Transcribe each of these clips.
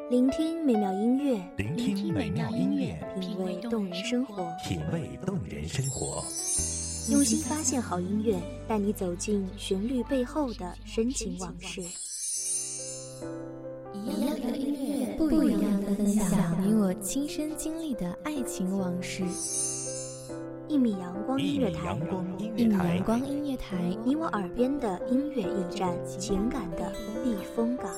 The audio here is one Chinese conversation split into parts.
聆听美妙音乐， 聆听美妙音乐， 品味动人生活， 品味动人生活。 用心发现好音乐，带你走进旋律背后的深情往事。 一样的音乐，不一样的分享，你我亲身经历的爱情往事。 一米阳光音乐台， 一米阳光音乐台， 你我耳边的音乐驿站，情感的避风港。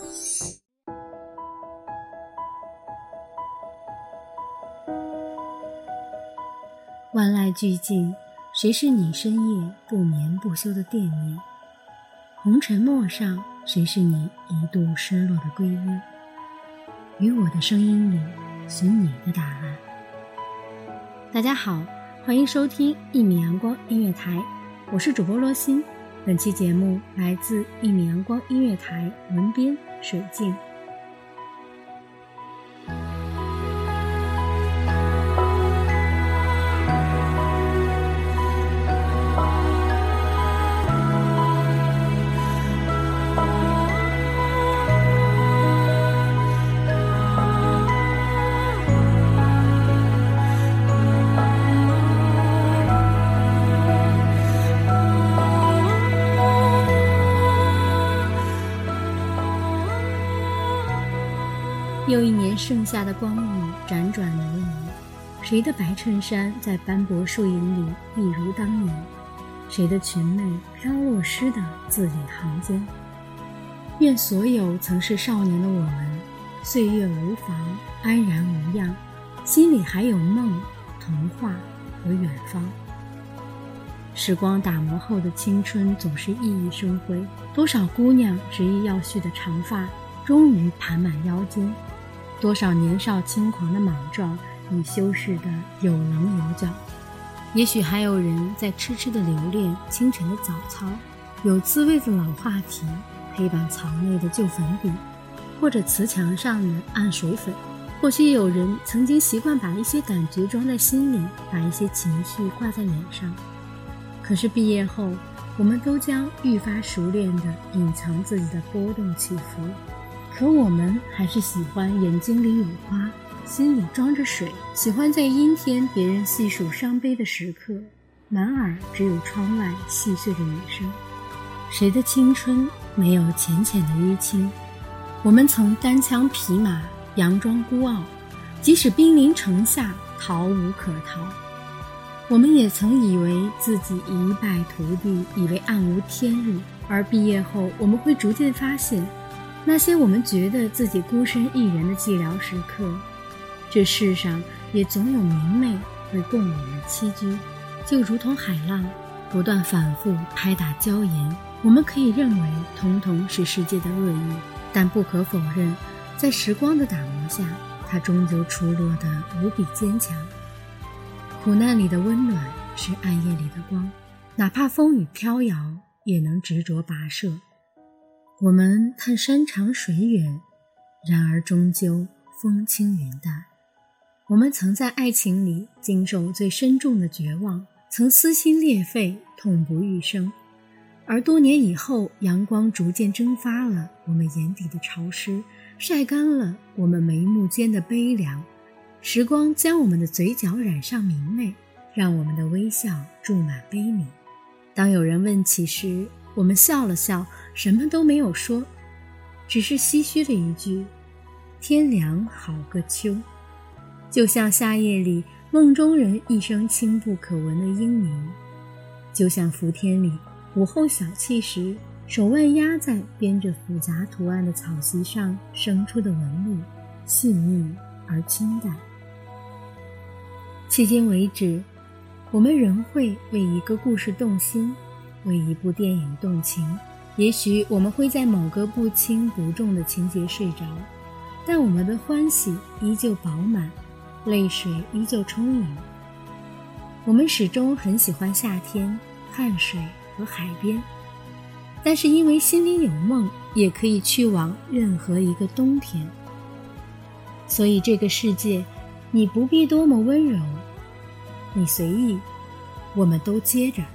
万籁俱寂，谁是你深夜不眠不休的惦念？红尘陌上，谁是你一度失落的皈依？于我的声音里，寻你的答案。大家好，欢迎收听一米阳光音乐台，我是主播罗欣。本期节目来自一米阳光音乐台，文编水镜。又一年盛夏的光影辗转流离，谁的白衬衫在斑驳树影里一如当年，谁的裙袂飘落诗的字里行间。愿所有曾是少年的我们，岁月无妨，安然无恙，心里还有梦、童话和远方。时光打磨后的青春总是熠熠生辉，多少姑娘执意要续的长发终于盘满腰间，多少年少轻狂的莽撞已修饰得有棱有角。也许还有人在痴痴地留恋清晨的早操，有滋味的老话题，黑板槽内的旧粉笔，或者瓷墙上的暗水粉。或许有人曾经习惯把一些感觉装在心里，把一些情绪挂在脸上。可是毕业后，我们都将愈发熟练地隐藏自己的波动起伏，可我们还是喜欢眼睛里有花，心里装着水，喜欢在阴天别人细数伤悲的时刻，满耳只有窗外细碎的雨声。谁的青春没有浅浅的淤青？我们曾单枪匹马，佯装孤傲，即使兵临城下，逃无可逃。我们也曾以为自己一败涂地，以为暗无天日，而毕业后我们会逐渐发现，那些我们觉得自己孤身一人的寂寥时刻，这世上也总有明媚会共我们栖居。就如同海浪不断反复拍打礁岩，我们可以认为统统是世界的恶意，但不可否认，在时光的打磨下，它终究出落得无比坚强。苦难里的温暖是暗夜里的光，哪怕风雨飘摇，也能执着跋涉。我们看山长水远，然而终究风轻云淡。我们曾在爱情里经受最深重的绝望，曾撕心裂肺，痛不欲生。而多年以后，阳光逐渐蒸发了我们眼底的潮湿，晒干了我们眉目间的悲凉。时光将我们的嘴角染上明媚，让我们的微笑注满悲悯。当有人问起时，我们笑了笑，什么都没有说，只是唏嘘了一句：天凉好个秋。就像夏夜里梦中人一声轻不可闻的嘤鸣，就像伏天里午后小憩时，手腕压在编着复杂图案的草席上生出的纹路，细腻而清淡。迄今为止，我们仍会为一个故事动心，为一部电影动情。也许我们会在某个不轻不重的情节睡着，但我们的欢喜依旧饱满，泪水依旧充盈。我们始终很喜欢夏天、汗水和海边，但是因为心里有梦，也可以去往任何一个冬天。所以这个世界，你不必多么温柔，你随意，我们都接着。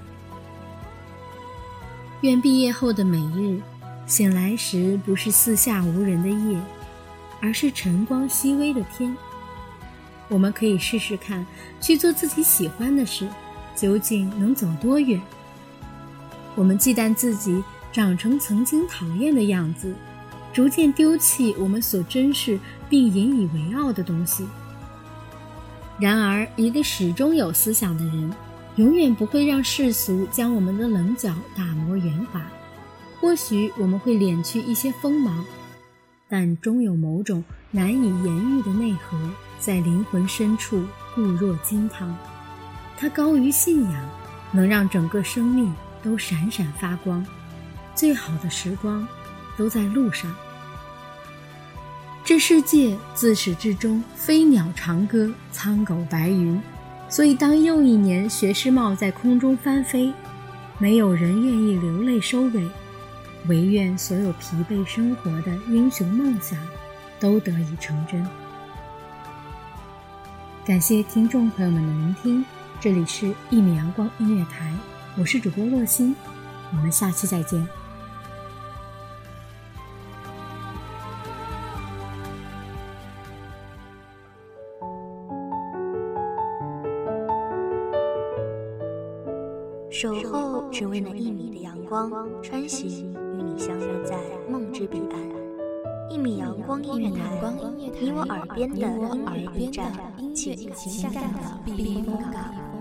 愿毕业后的每日，醒来时不是四下无人的夜， 而是晨光熹微的天。我们可以试试看，去做自己喜欢的事，究竟能走多远？我们忌惮自己长成曾经讨厌的样子，逐渐丢弃我们所珍视并引以为傲的东西。然而，一个始终有思想的人，永远不会让世俗将我们的棱角打磨圆滑。或许我们会敛去一些锋芒，但终有某种难以言喻的内核在灵魂深处固若金汤。它高于信仰，能让整个生命都闪闪发光。最好的时光都在路上。这世界自始至终飞鸟长歌，苍狗白云，所以当又一年学士帽在空中翻飞，没有人愿意流泪收尾，唯愿所有疲惫生活的英雄梦想都得以成真。感谢听众朋友们的聆听，这里是一米阳光音乐台，我是主播洛欣，我们下期再见。 守候只为那1米的阳光，穿行与你相约在梦之彼岸。1米阳光音乐台，你我耳边的音乐驿站，情感的避风港。